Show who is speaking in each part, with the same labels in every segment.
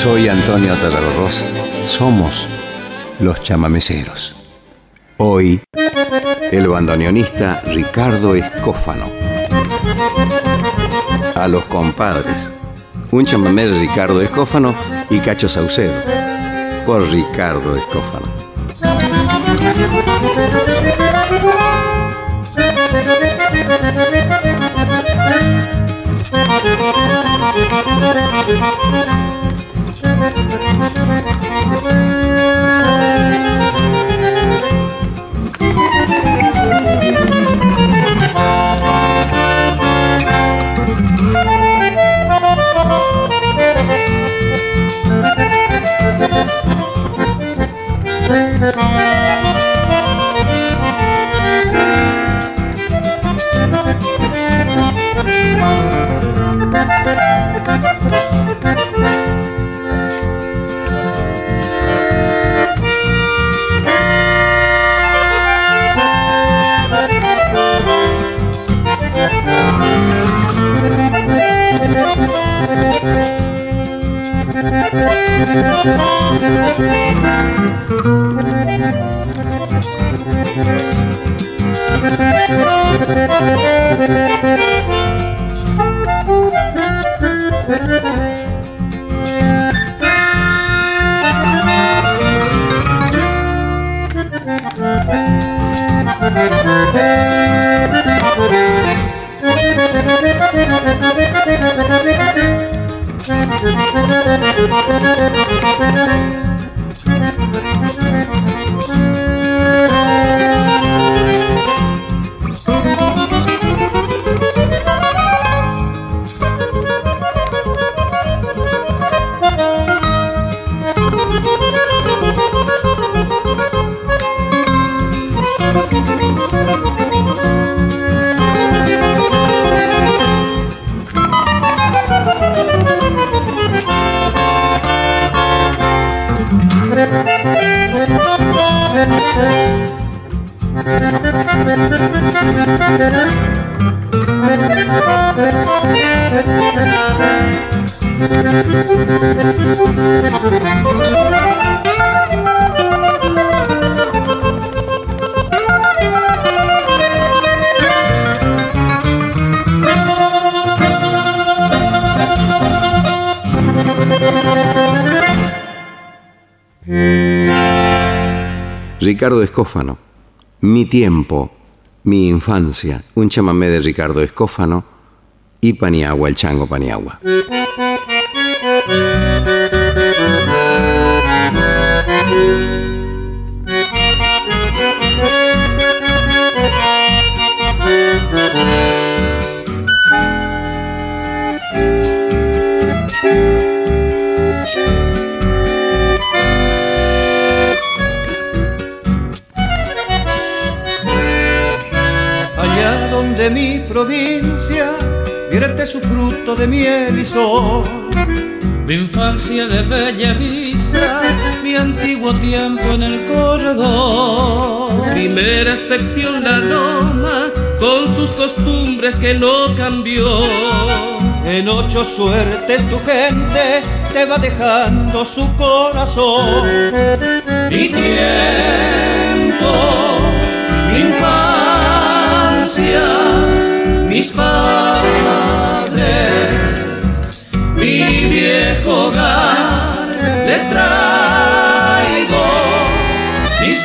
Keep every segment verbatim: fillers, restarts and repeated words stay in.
Speaker 1: Soy Antonio Tatarrós. Somos los chamameceros. Hoy, el bandoneonista Ricardo Escófano. A los compadres. Un chamamé de Ricardo Escófano y Cacho Saucedo. Por Ricardo Escófano. Ricardo Escófano. Mi tiempo, mi infancia. Un chamamé de Ricardo Escófano y Paniagua, el chango Paniagua.
Speaker 2: De mi provincia vierte su fruto de miel y sol.
Speaker 3: Mi infancia de bella vista, mi antiguo tiempo en el corredor.
Speaker 4: Primera sección la loma, con sus costumbres que no cambió.
Speaker 2: En ocho suertes tu gente te va dejando su corazón.
Speaker 4: Mi tiempo, mi infancia, mis padres, mi viejo hogar, les traigo mis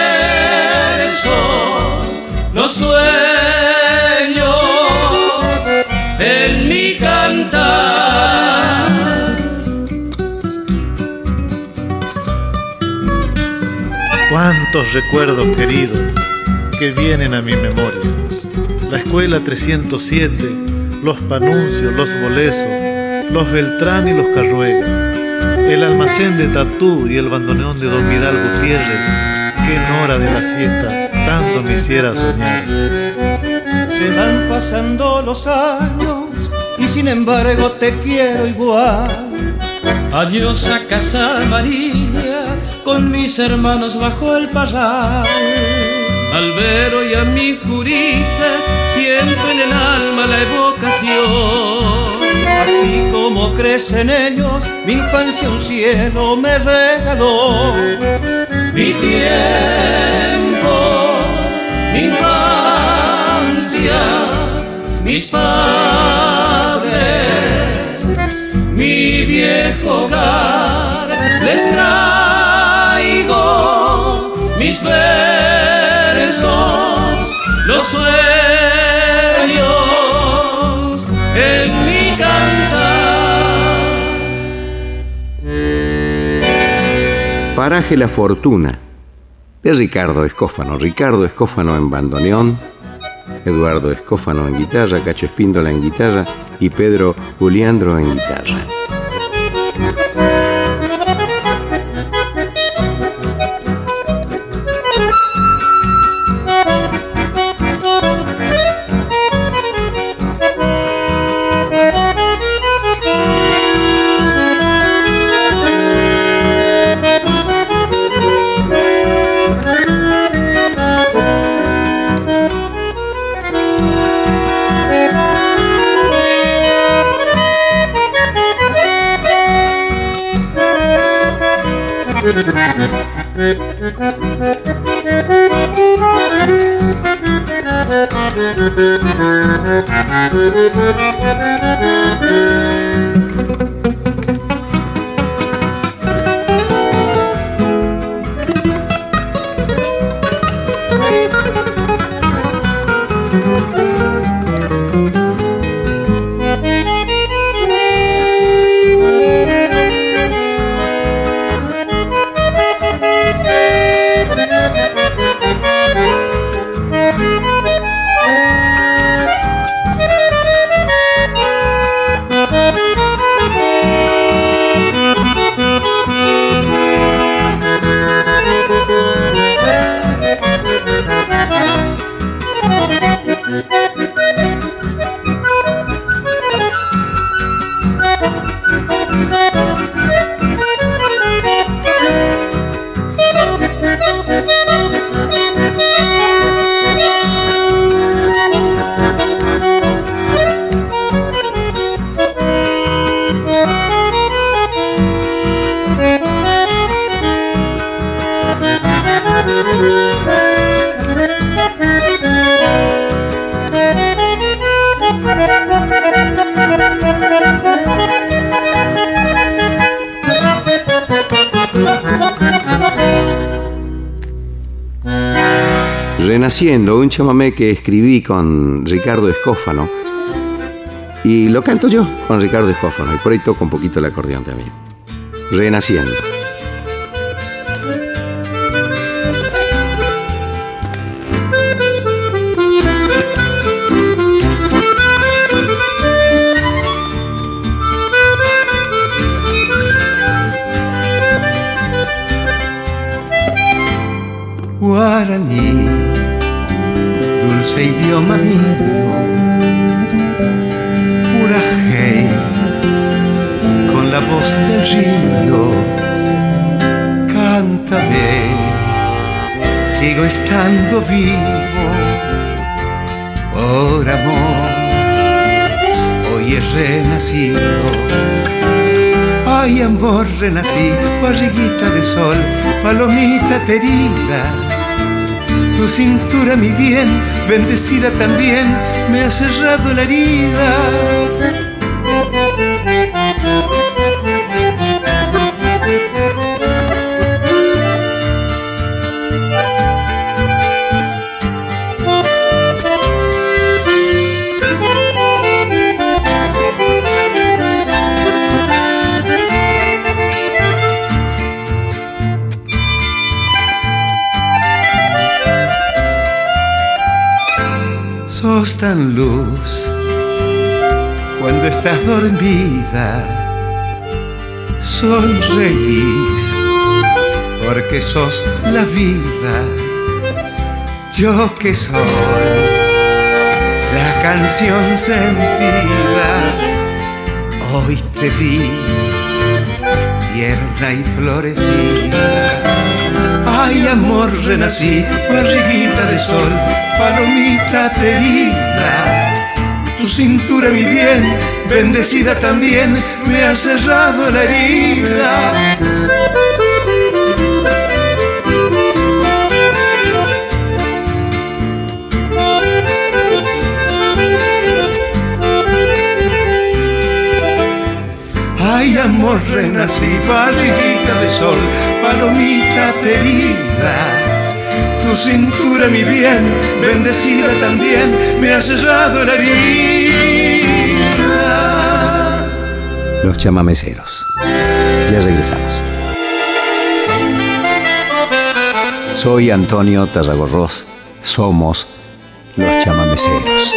Speaker 4: versos, los sueños en mi cantar.
Speaker 5: Cuántos recuerdos queridos que vienen a mi memoria. La escuela trescientos siete, los Panuncios, los Bolesos, los Beltrán y los Carruega, el almacén de Tatú y el bandoneón de Don Vidal Gutiérrez, que en hora de la siesta tanto me hiciera soñar.
Speaker 2: Se van pasando los años y sin embargo te quiero igual.
Speaker 3: Adiós a Casa Amarilla, con mis hermanos bajo el parral.
Speaker 4: Al Vero y a mis gurises, siempre en el alma la evocación.
Speaker 2: Así como como crecen ellos, mi infancia un cielo me regaló. Mi tiempo, mi infancia, mis padres, mi viejo hogar, les traigo mis versos, los sueños en mi cantar.
Speaker 1: Paraje La Fortuna, de Ricardo Escófano. Ricardo Escófano en bandoneón, Eduardo Escófano en guitarra, Cacho Espíndola en guitarra y Pedro Juliandro en guitarra. Renaciendo, un chamamé que escribí con Ricardo Escófano y lo canto yo con Ricardo Escófano y por ahí toco un poquito el acordeón también. Renaciendo.
Speaker 2: Guaraní, dulce idioma mío, Urajei, con la voz del río, cántame, sigo estando vivo, por amor, hoy he renacido. Ay, amor, renací, barriguita de sol, palomita querida. Tu cintura, mi bien, bendecida también, me ha cerrado la herida. Sos tan luz cuando estás dormida, sonreís porque sos la vida. Yo que soy la canción sentida, hoy te vi tierna y florecida. Ay, amor, renací, barriguita de sol, palomita querida. Tu cintura, mi bien, bendecida también, me ha cerrado la herida. Ay, amor, renací, barriguita de sol, palomita querida. Tu cintura, mi bien, bendecida también, me ha cerrado la herida.
Speaker 1: Los chamameceros. Ya regresamos. Soy Antonio Tarragorros. Somos los chamameceros.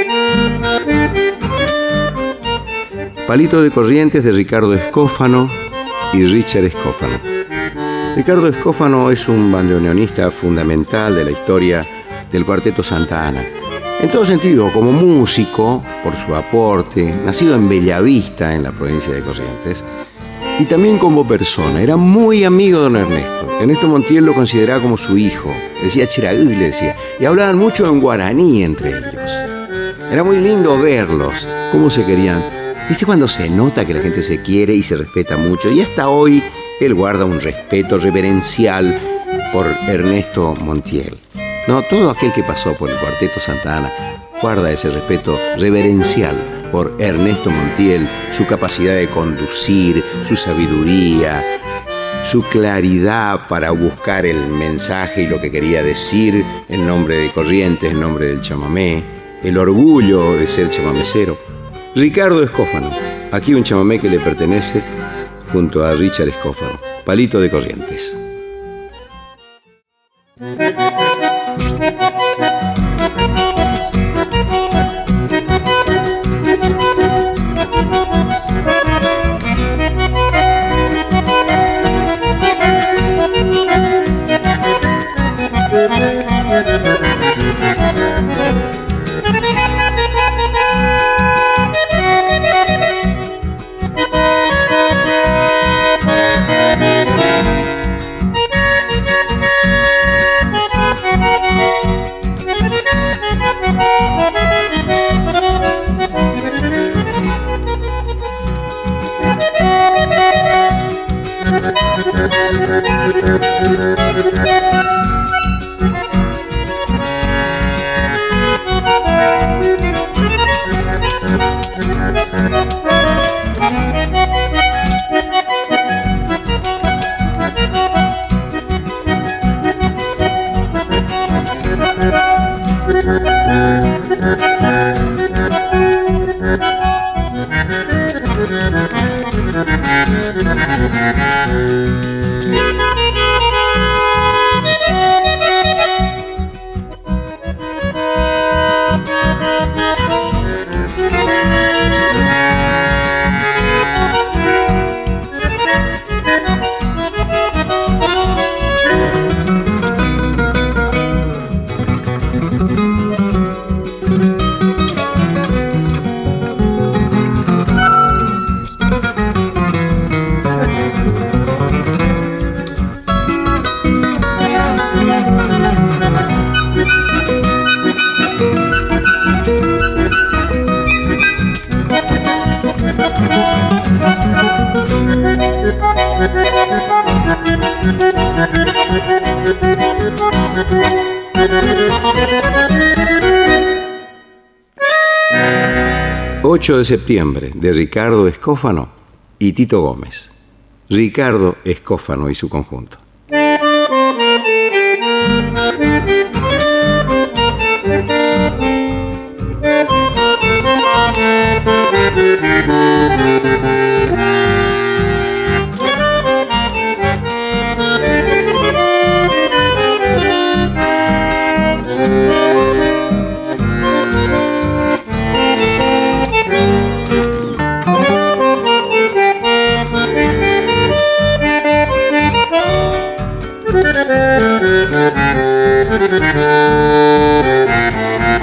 Speaker 1: Palito de Corrientes de Ricardo Escófano y Richard Escófano. Ricardo Escófano es un bandoneonista fundamental de la historia del Cuarteto Santa Ana. En todo sentido, como músico, por su aporte, nacido en Bellavista, en la provincia de Corrientes, y también como persona. Era muy amigo de don Ernesto. Ernesto Montiel lo consideraba como su hijo. Decía Chiragüí, le decía. Y hablaban mucho en guaraní entre ellos. Era muy lindo verlos, cómo se querían. ¿Viste cuando se nota que la gente se quiere y se respeta mucho? Y hasta hoy él guarda un respeto reverencial por Ernesto Montiel. No, todo aquel que pasó por el Cuarteto Santa Ana guarda ese respeto reverencial por Ernesto Montiel, su capacidad de conducir, su sabiduría, su claridad para buscar el mensaje y lo que quería decir en nombre de Corrientes, en nombre del chamamé, el orgullo de ser chamamecero. Ricardo Escófano, aquí un chamamé que le pertenece junto a Richard Escófano, Palito de Corrientes. ocho de septiembre, de Ricardo Escófano y Tito Gómez. Ricardo Escófano y su conjunto.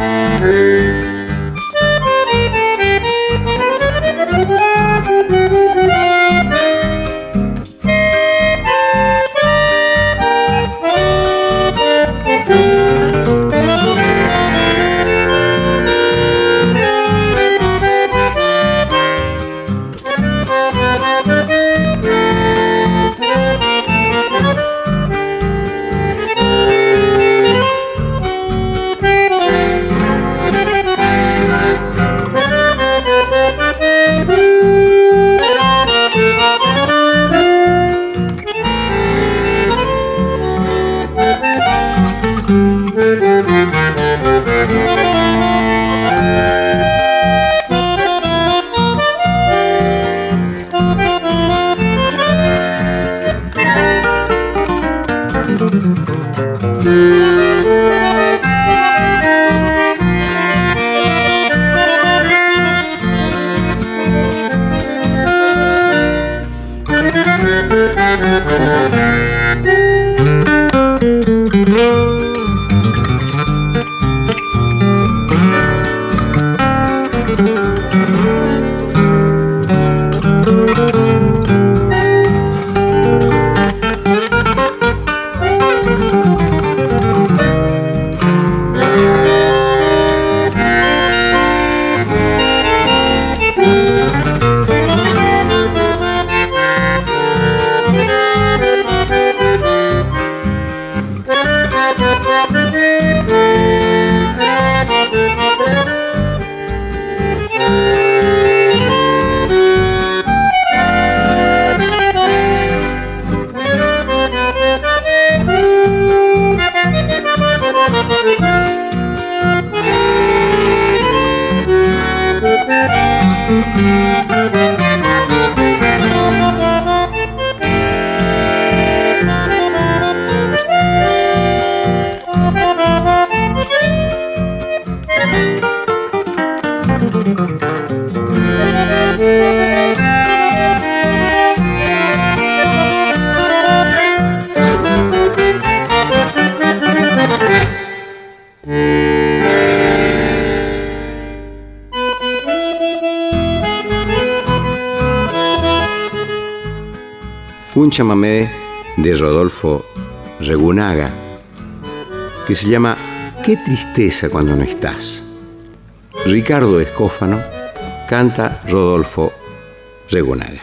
Speaker 6: Thank you.
Speaker 1: Un chamamé de Rodolfo Regunaga que se llama Qué tristeza cuando no estás. Ricardo Escófano canta Rodolfo Regunaga.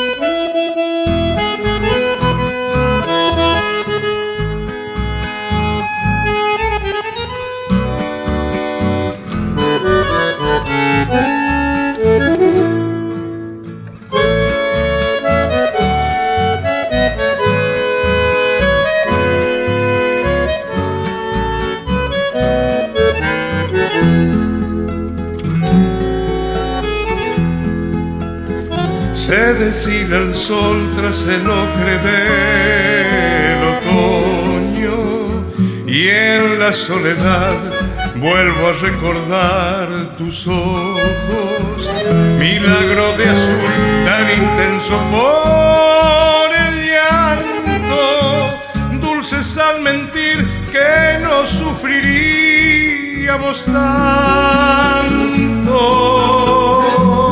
Speaker 2: Se deshiela el sol tras el ocre del otoño y en la soledad vuelvo a recordar tus ojos, milagro de azul tan intenso por el llanto, dulces al mentir que no sufriríamos tanto.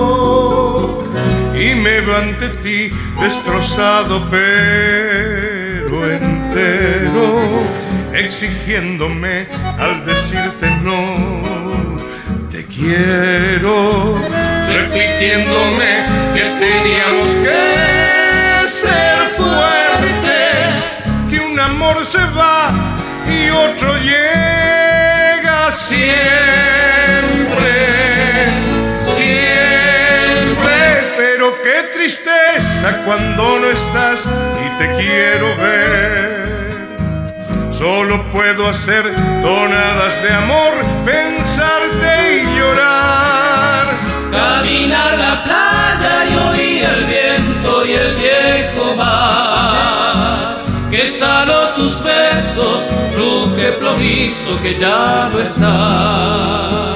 Speaker 2: Y me veo ante ti destrozado pero entero, exigiéndome al decirte no, te quiero, repitiéndome que teníamos que ser fuertes, que un amor se va y otro llega siempre, siempre, pero qué tristeza cuando no estás y te quiero ver. Solo puedo hacer tonadas de amor, pensarte y llorar.
Speaker 3: Caminar la playa y oír el viento y el viejo mar, que saló tus besos, ruge plomizo que ya no está.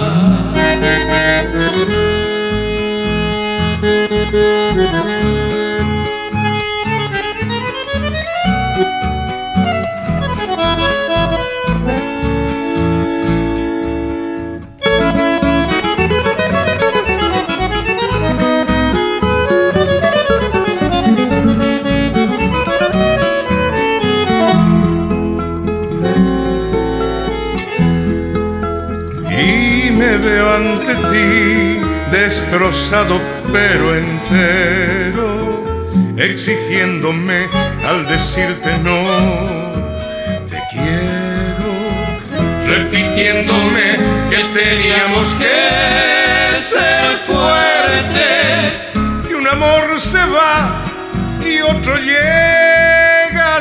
Speaker 2: Me veo ante ti destrozado pero entero, exigiéndome al decirte no, te quiero, repitiéndome que teníamos que ser fuertes, que un amor se va y otro llega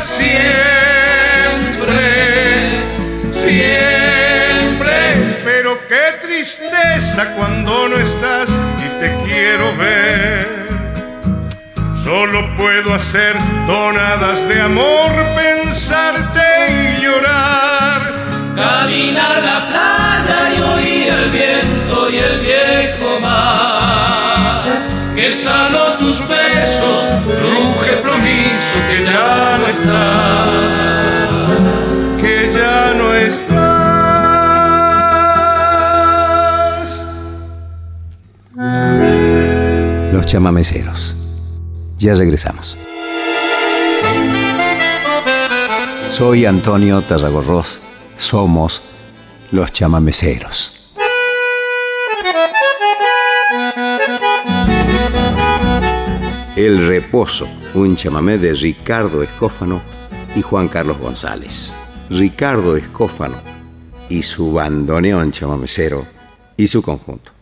Speaker 2: siempre, siempre, pero qué tristeza cuando no estás y te quiero ver. Solo puedo hacer tonadas de amor, pensarte y llorar.
Speaker 3: Caminar la playa y oír el viento y el viejo mar, que sanó tus besos, ruge plomizo compromiso que ya no está,
Speaker 2: que ya no estás.
Speaker 1: Los chamameceros. Ya regresamos. Soy Antonio Tarragorros. Somos los chamameceros. El Reposo, un chamamé de Ricardo Escófano y Juan Carlos González. Ricardo Escófano y su bandoneón chamamecero y su conjunto.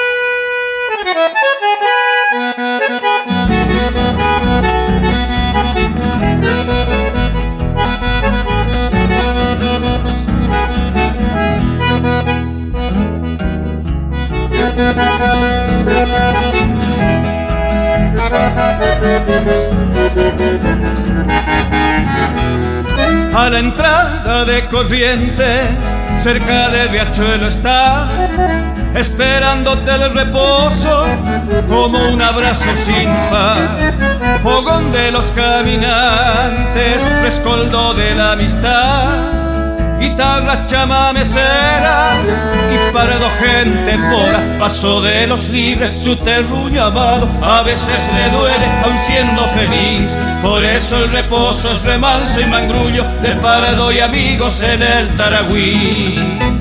Speaker 3: A la entrada de Corrientes, cerca del riachuelo está, esperándote el reposo como un abrazo sin par. Fogón de los caminantes, rescoldo de la amistad, guitarra chamamecera y parado gente mora. Paso de los libres, su terruño amado, a veces le duele aun siendo feliz. Por eso el reposo es remanso y mangrullo de parado y amigos en el Taragüí.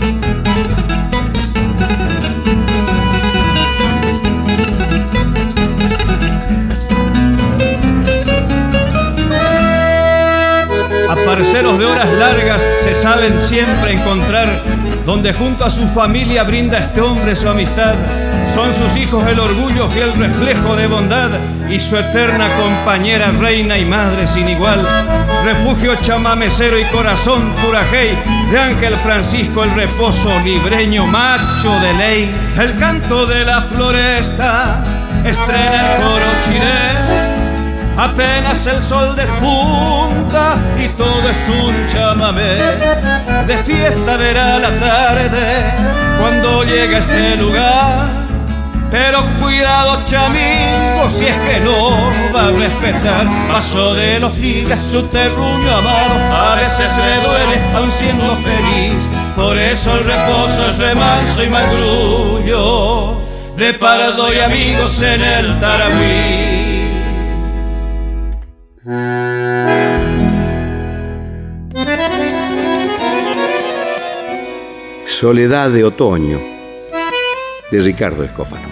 Speaker 3: A parceros de horas largas se saben siempre encontrar, donde junto a su familia brinda este hombre su amistad. Son sus hijos el orgullo, fiel reflejo de bondad, y su eterna compañera, reina y madre sin igual. Refugio chamamecero y corazón purajey de Ángel Francisco el Reposo, libreño macho de ley. El canto de la floresta estrena el coro chileno. Apenas el sol despunta y todo es un chamamé. De fiesta verá la tarde cuando llega a este lugar. Pero cuidado chamingo, si es que no va a respetar. Paso de los libres, su terruño amado, a veces le duele aun siendo feliz. Por eso el reposo es remanso y mangrullo de parado y amigos en el Taragüí.
Speaker 1: Soledad de otoño, de Ricardo Escófano.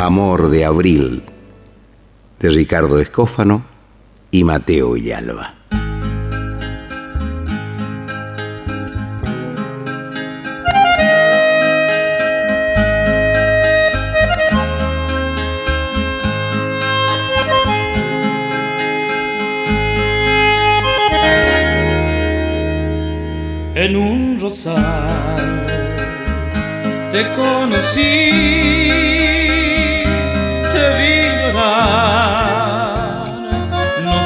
Speaker 1: Amor de Abril, de Ricardo Escófano y Mateo Villalba.
Speaker 3: En un rosal te conocí, te vi llorar, no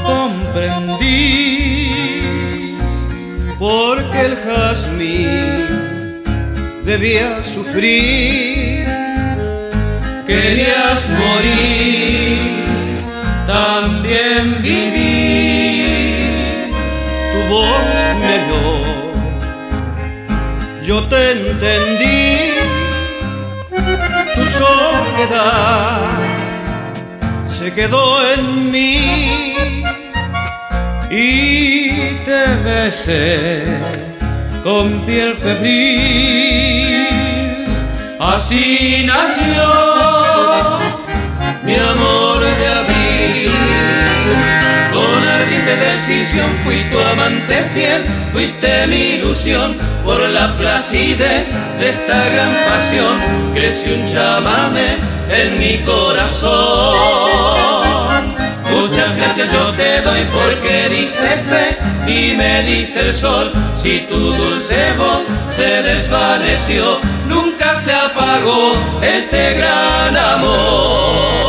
Speaker 3: comprendí
Speaker 2: porque el jazmín debía sufrir.
Speaker 3: Querías morir, también vivir.
Speaker 2: Tu voz me habló, yo te entendí. Tu soledad se quedó en mí
Speaker 3: y te besé con piel febril. Así nació mi amor de abril. Con ardiente decisión fui tu amante fiel, fuiste mi ilusión. Por la placidez de esta gran pasión creció un chamamé en mi corazón. Muchas gracias yo te doy porque diste fe y me diste el sol. Si tu dulce voz se desvaneció, nunca se apagó este gran amor.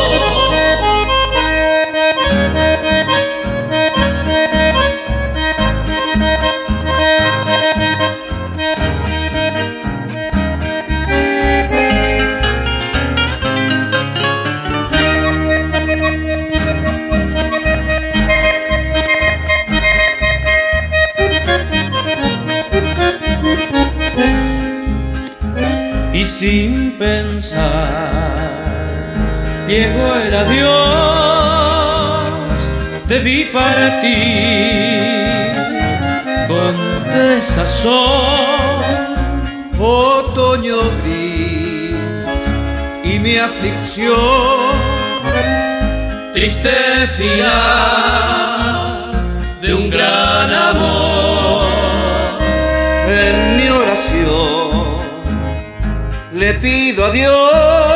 Speaker 3: Y sin pensar llegó el adiós, te vi partir con desazón.
Speaker 2: Otoño gris y mi aflicción,
Speaker 3: triste final de un gran amor.
Speaker 2: En mi oración le pido a Dios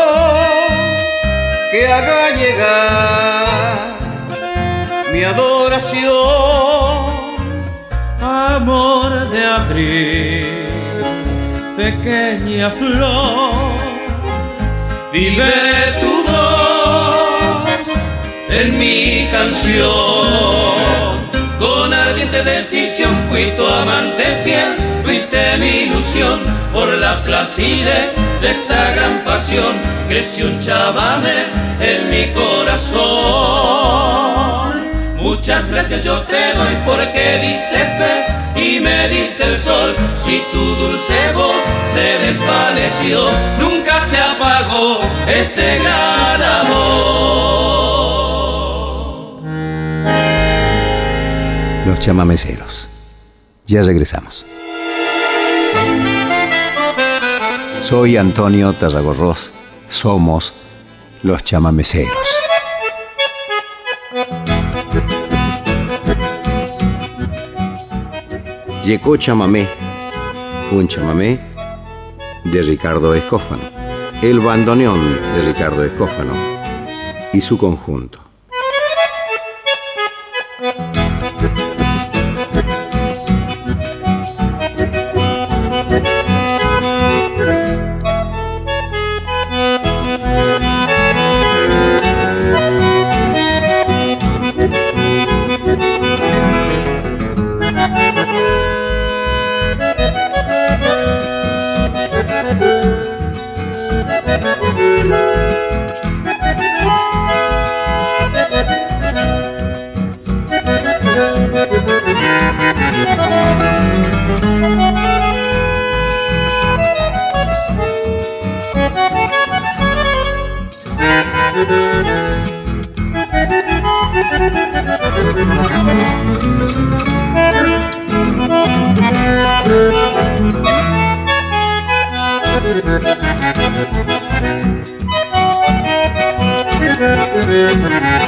Speaker 2: que haga llegar mi adoración.
Speaker 3: Amor de abril, pequeña flor, vive tu voz en mi canción. Con ardiente decisión fui tu amante fiel, fuiste mi ilusión. Por la placidez de esta gran pasión creció un chamamé en mi corazón. Muchas gracias yo te doy porque diste fe y me diste el sol. Si tu dulce voz se desvaneció, nunca se apagó este gran amor.
Speaker 1: Los chamameceros. Ya regresamos. Soy Antonio Tarragorros. Somos los chamameceros. Yecó chamamé, un chamamé de Ricardo Escófano, el bandoneón de Ricardo Escófano y su conjunto.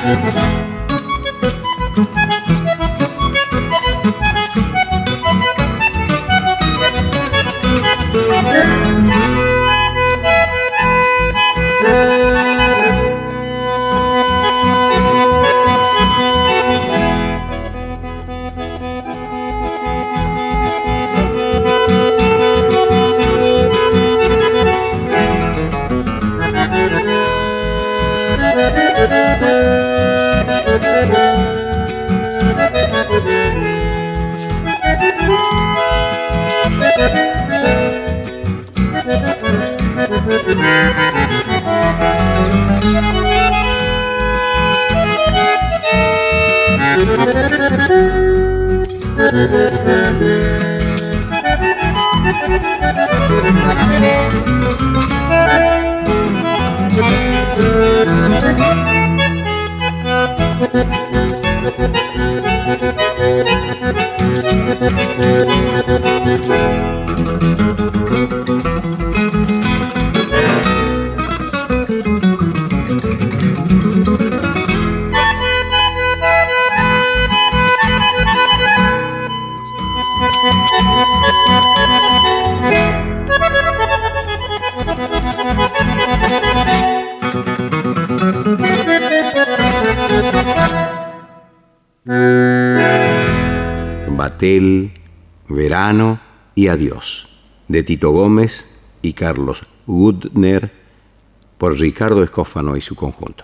Speaker 1: Batel, Verano y Adiós, de Tito Gómez y Carlos Gudner, por Ricardo Escófano y su conjunto.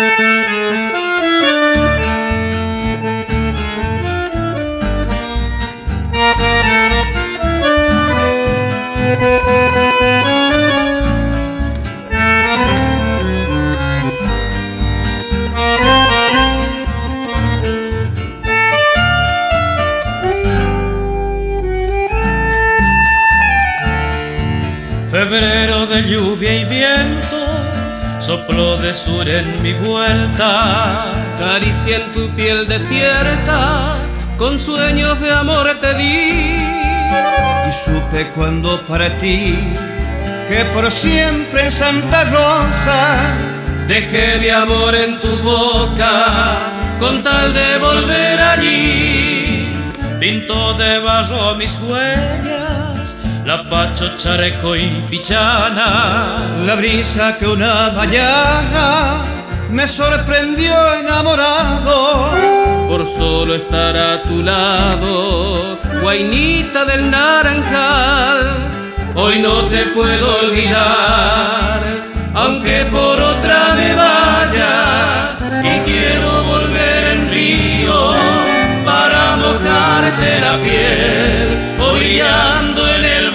Speaker 3: Febrero de lluvia y viento sopló de sur en mi vuelta.
Speaker 4: Caricia en tu piel desierta, con sueños de amor te di.
Speaker 2: Y supe cuando partí que por siempre en Santa Rosa
Speaker 3: dejé mi amor en tu boca con tal de volver allí. Pintó de barro mis huellas la Pacho, Chareco y Pichana.
Speaker 2: La brisa que una mañana me sorprendió enamorado
Speaker 4: por solo estar a tu lado, guainita del Naranjal.
Speaker 3: Hoy no te puedo olvidar, aunque por otra me vaya, y quiero volver en río para mojarte la piel, orillando en el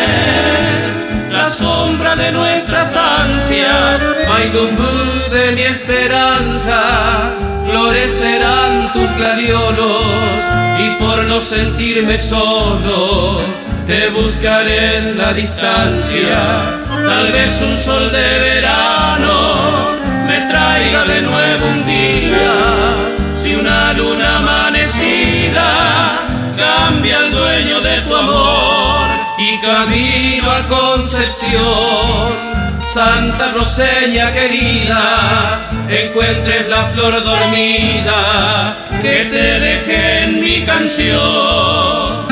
Speaker 3: batel la sombra de nuestras ansias. Maydumbú de mi esperanza, florecerán tus gladiolos, y por no sentirme solo te buscaré en la distancia. Tal vez un sol de verano me traiga de nuevo un día, si una luna amanecida cambia al dueño de tu amor. Y camino a Concepción, Santa Roseña querida, encuentres la flor dormida que te dejé en mi canción.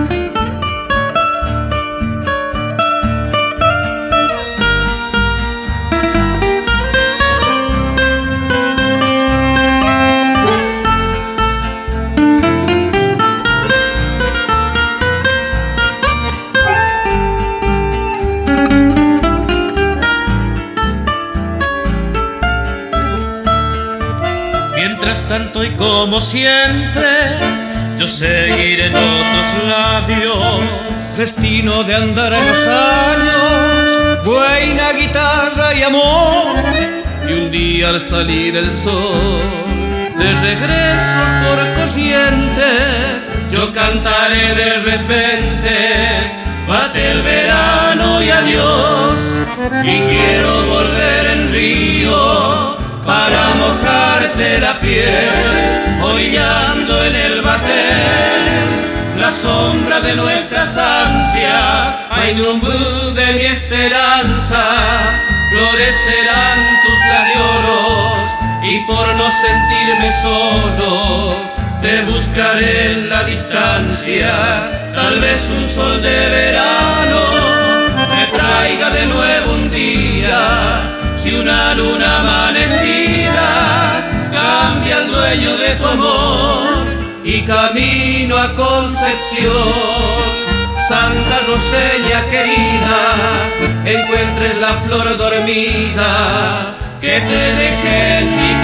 Speaker 3: Tanto y como siempre, yo seguiré en otros labios.
Speaker 2: Destino de andar en los años, buena guitarra y amor.
Speaker 4: Y un día al salir el sol, de regreso por Corrientes, yo cantaré de repente, bate el verano y adiós. Y quiero volver en río para mojarte la piel, orillando en el batel la sombra de nuestras ansias. Maydumbú de mi esperanza, florecerán tus gladiolos,
Speaker 3: y por no sentirme solo te buscaré en la distancia. Tal vez un sol de verano me traiga de nuevo un día. Si una luna amanecida cambia al dueño de tu amor y camino a Concepción, Santa Roseña querida, encuentres la flor dormida que te dejé en mi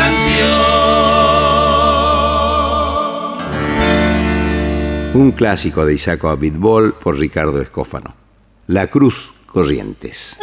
Speaker 3: canción.
Speaker 1: Un clásico de Isaac Abitbol por Ricardo Escófano. La Cruz Corrientes.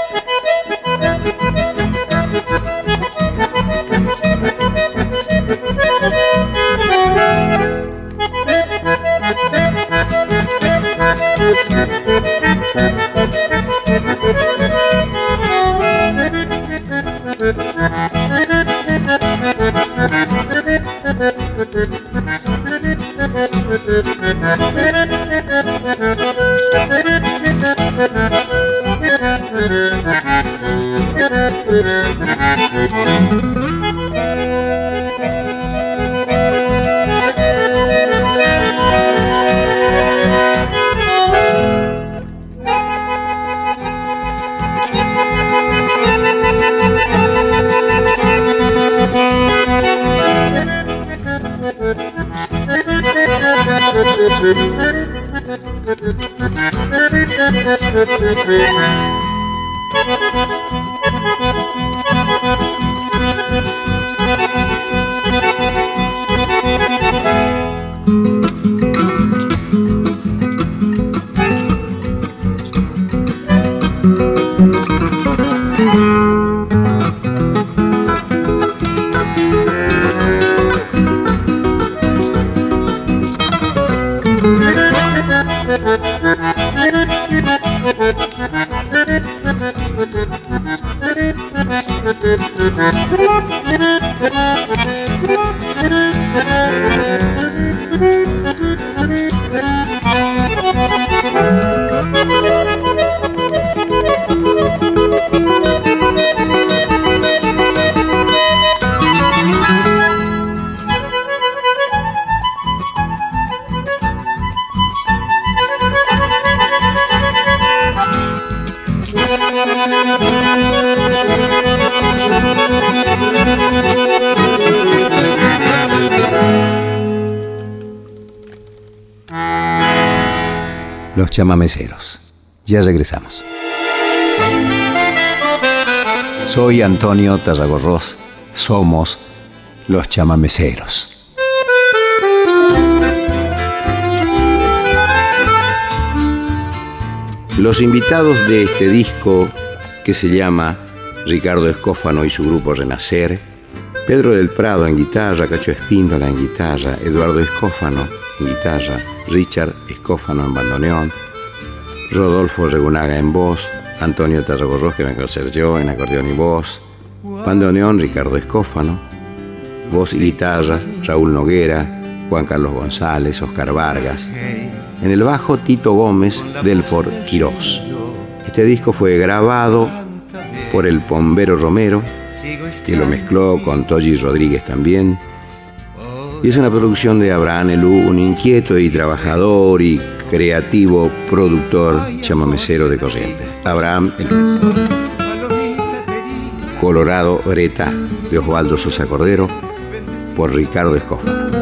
Speaker 1: Los chamameceros. Ya regresamos. Soy Antonio Tarragorros. Somos los chamameceros. Los invitados de este disco, que se llama Ricardo Escófano y su grupo Renacer, Pedro del Prado en guitarra, Cacho Espíndola en guitarra, Eduardo Escófano en guitarra, Richard Escófano en bandoneón, Rodolfo Regunaga en voz, Antonio Tarragorros, que vengo a ser yo, en acordeón y voz, bandoneón Ricardo Escófano, voz y guitarra Raúl Noguera, Juan Carlos González, Oscar Vargas, en el bajo Tito Gómez, Delfor Quirós. Este disco fue grabado por el Pombero Romero, que lo mezcló con Toyi Rodríguez también, y es una producción de Abraham Elú, un inquieto y trabajador y creativo productor chamamecero de Corrientes. Abraham Elú. Colorado Oreta, de Osvaldo Sosa Cordero, por Ricardo Escófano.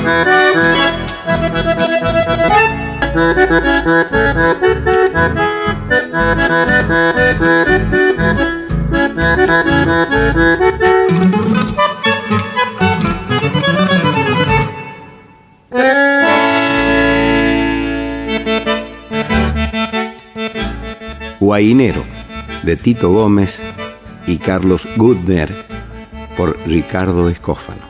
Speaker 1: Guainero, de Tito Gómez y Carlos Gutner, por Ricardo Escófano.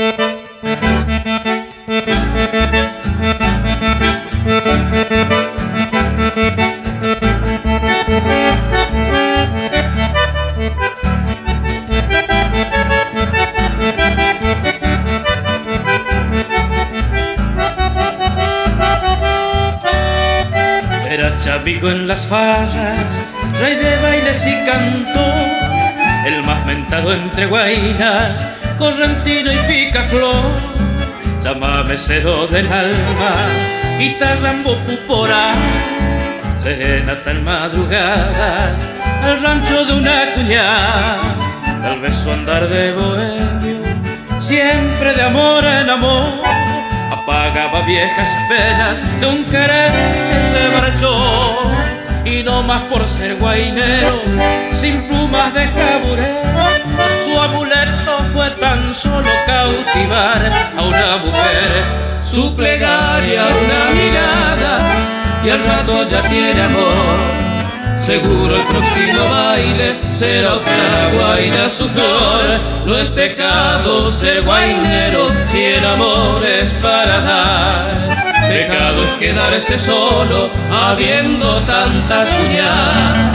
Speaker 3: Era chavigo en las farras, rey de bailes y canto, el más mentado entre guainas, correntino y picaflor. Llámame cero del alma, guitarra pupora, serenata en madrugadas, al rancho de una cuñada. Tal vez su andar de bohemio, siempre de amor en amor, apagaba viejas penas de un querer que se marchó. Y no más por ser guainero, sin plumas de caburé, su amuleto fue tan solo cautivar a una mujer.
Speaker 4: Su plegaria una mirada y al rato ya tiene amor. Seguro el próximo baile será otra guaina su flor. No es pecado ser guainero si el amor es para dar. Pecado es quedarse solo habiendo tantas cuñadas.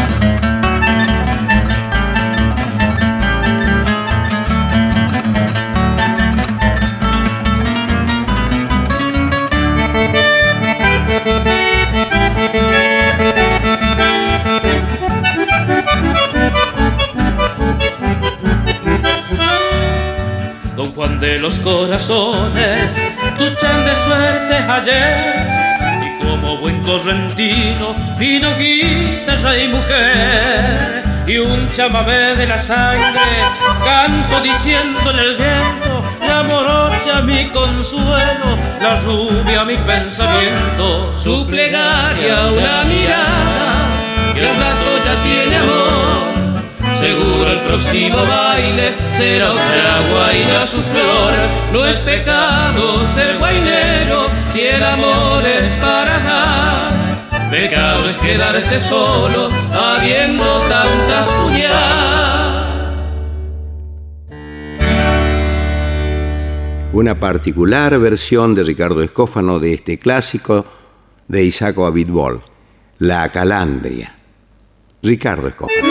Speaker 3: Don Juan de los corazones, luchan de suerte ayer, y como buen correntino vino guitarra y mujer, y un chamamé de la sangre canto diciéndole el viento, la morocha mi consuelo, la rubia mi pensamiento.
Speaker 4: Su plegaria una mirada y al rato ya tiene amor. Seguro el próximo baile será otra guaina su flor. No es pecado ser guainero si el amor es para dar. Pecado es quedarse solo habiendo tantas puñadas.
Speaker 1: Una particular versión de Ricardo Escófano de este clásico de Isaco Abitbol, La Calandria. Ricardo Escófano.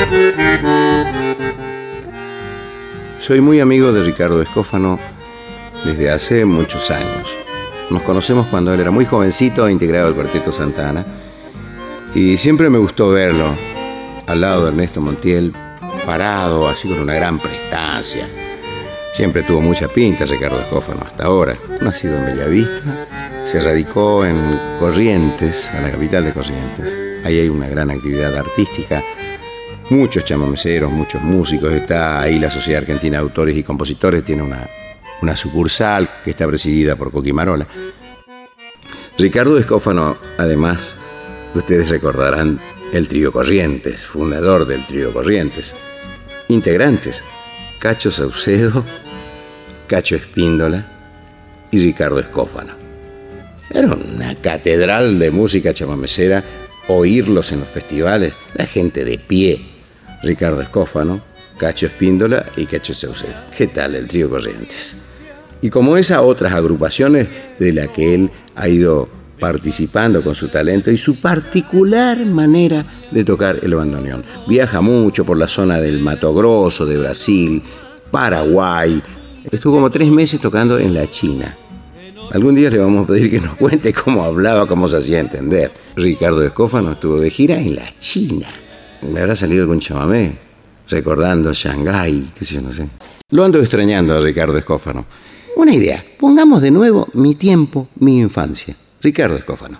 Speaker 1: Soy muy amigo de Ricardo Escófano desde hace muchos años. Nos conocemos cuando él era muy jovencito, integrado al Cuarteto Santa Ana, y siempre me gustó verlo al lado de Ernesto Montiel, parado, así con una gran prestancia. Siempre tuvo mucha pinta Ricardo Escófano hasta ahora. Nacido en Bellavista, se radicó en Corrientes, a la capital de Corrientes. Ahí hay una gran actividad artística, muchos chamameceros, muchos músicos. Está ahí la Sociedad Argentina de Autores y Compositores, tiene una, una sucursal que está presidida por Coqui Marola. Ricardo Escófano, además, ustedes recordarán el Trío Corrientes, fundador del Trío Corrientes. Integrantes: Cacho Saucedo, Cacho Espíndola y Ricardo Escófano. Era una catedral de música chamamecera, oírlos en los festivales, la gente de pie. Ricardo Escófano, Cacho Espíndola y Cacho Saucedo. ¿Qué tal el Trío Corrientes? Y como esas otras agrupaciones de las que él ha ido participando con su talento y su particular manera de tocar el bandoneón. Viaja mucho por la zona del Mato Grosso, de Brasil, Paraguay. Estuvo como tres meses tocando en la China. Algún día le vamos a pedir que nos cuente cómo hablaba, cómo se hacía entender. Ricardo Escófano estuvo de gira en la China. Me habrá salido algún chamamé, recordando Shanghái, qué sé yo, no sé. Lo ando extrañando a Ricardo Escófano. Una idea, pongamos de nuevo Mi tiempo, mi infancia. Ricardo Escófano.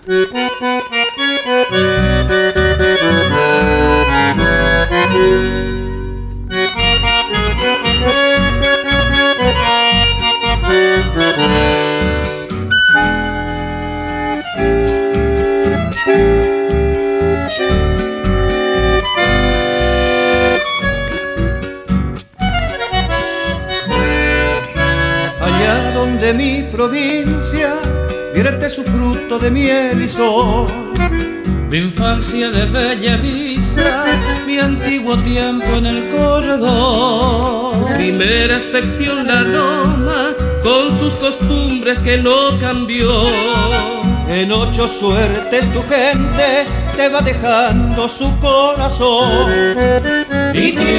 Speaker 3: Allá donde mi provincia vierte su fruto de miel y sol, mi infancia de bella vista, mi antiguo tiempo en el corredor. Primera sección la loma, con sus costumbres que no cambió. En ocho suertes tu gente te va dejando su corazón. Mi tiempo,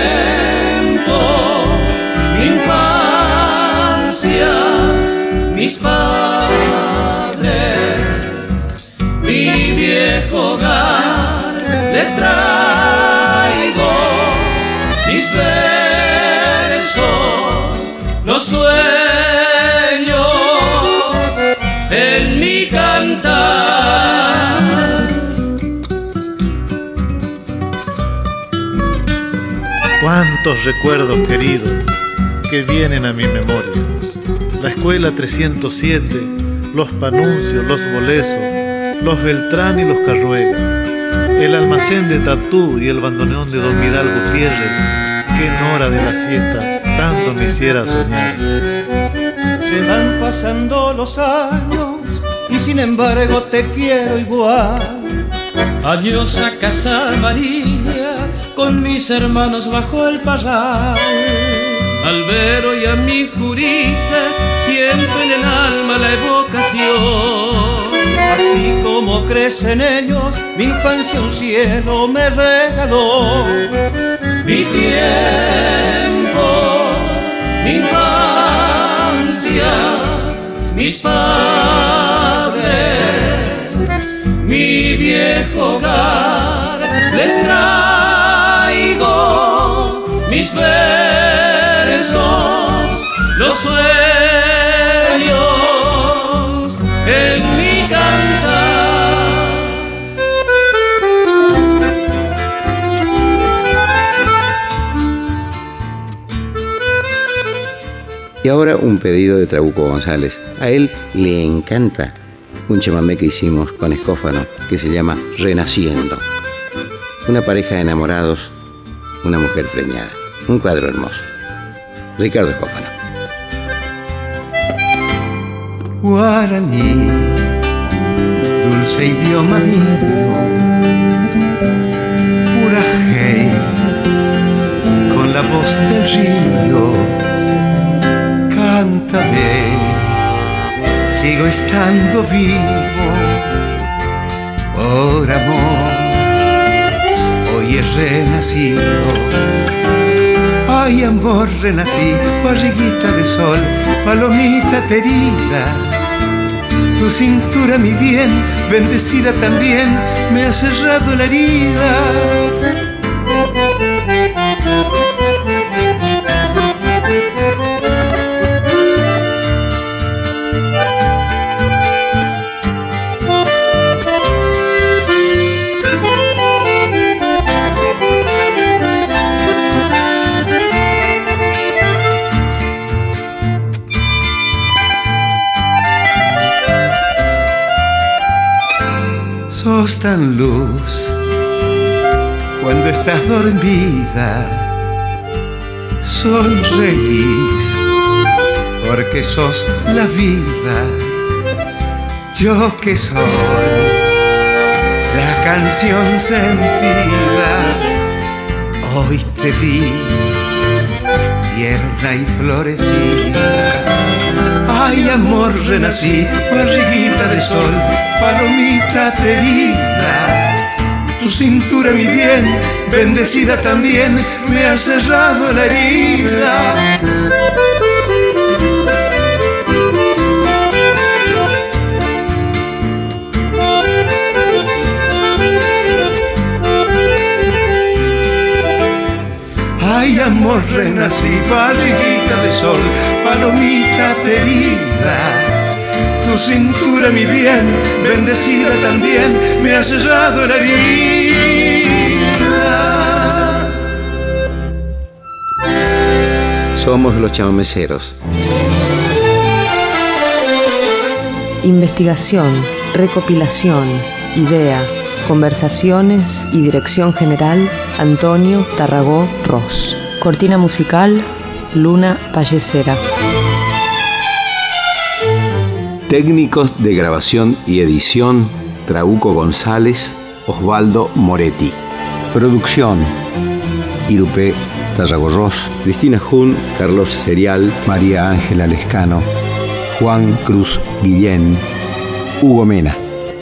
Speaker 3: mi infancia, mis padres, mi viejo hogar, les traigo mis versos, los sueños en mi cantar.
Speaker 5: Cuántos recuerdos queridos que vienen a mi memoria. La escuela trescientos siete, los Panuncios, los Bolesos, los Beltrán y los Carruega, el almacén de Tatú y el bandoneón de Don Vidal Gutiérrez, que en hora de la siesta tanto me hiciera soñar.
Speaker 3: Se van pasando los años y sin embargo te quiero igual. Adiós a Casa Amarilla, con mis hermanos bajo el parral. Al Vero y a mis gurises siento en el alma la evocación. Así como crecen ellos, mi infancia un cielo me regaló. Mi tiempo, mi infancia, mis padres, mi viejo hogar, les traigo mis versos, los sueños en mi cantar.
Speaker 1: Y ahora un pedido de Trabuco González. A él le encanta un chamamé que hicimos con Escófano que se llama Renaciendo. Una pareja de enamorados, una mujer preñada. Un cuadro hermoso. Ricardo Escófano.
Speaker 2: Guaraní, dulce idioma mío, pura hey, con la voz del río, cántame, sigo estando vivo, por amor, hoy hoy he renacido. Ay, amor, renací, barriguita de sol, palomita querida. Tu cintura, mi bien, bendecida también, me ha cerrado la herida. Sos tan luz cuando estás dormida, sonreís porque sos la vida. Yo que soy la canción sentida, hoy te vi tierna y florecida. Ay, amor, renací, barriguita de sol, palomita querida. Tu cintura, mi bien, bendecida también, me ha cerrado la herida. Ay, amor, renací, barriguita de sol, palomita querida. Tu cintura, mi bien, bendecida también, me ha cerrado la herida.
Speaker 1: Somos los chamameceros.
Speaker 6: Investigación, recopilación, idea, conversaciones y dirección general, Antonio Tarragó Ross. Cortina musical, Luna Pallecera.
Speaker 1: Técnicos de grabación y edición, Trauco González, Osvaldo Moretti. Producción, Irupé Tarragó Ross, Cristina Jun, Carlos Serial, María Ángela Lescano, Juan Cruz Guillén, Hugo Mena.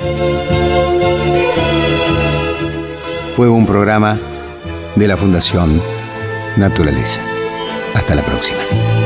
Speaker 1: Fue un programa de la Fundación Naturaleza. Hasta la próxima.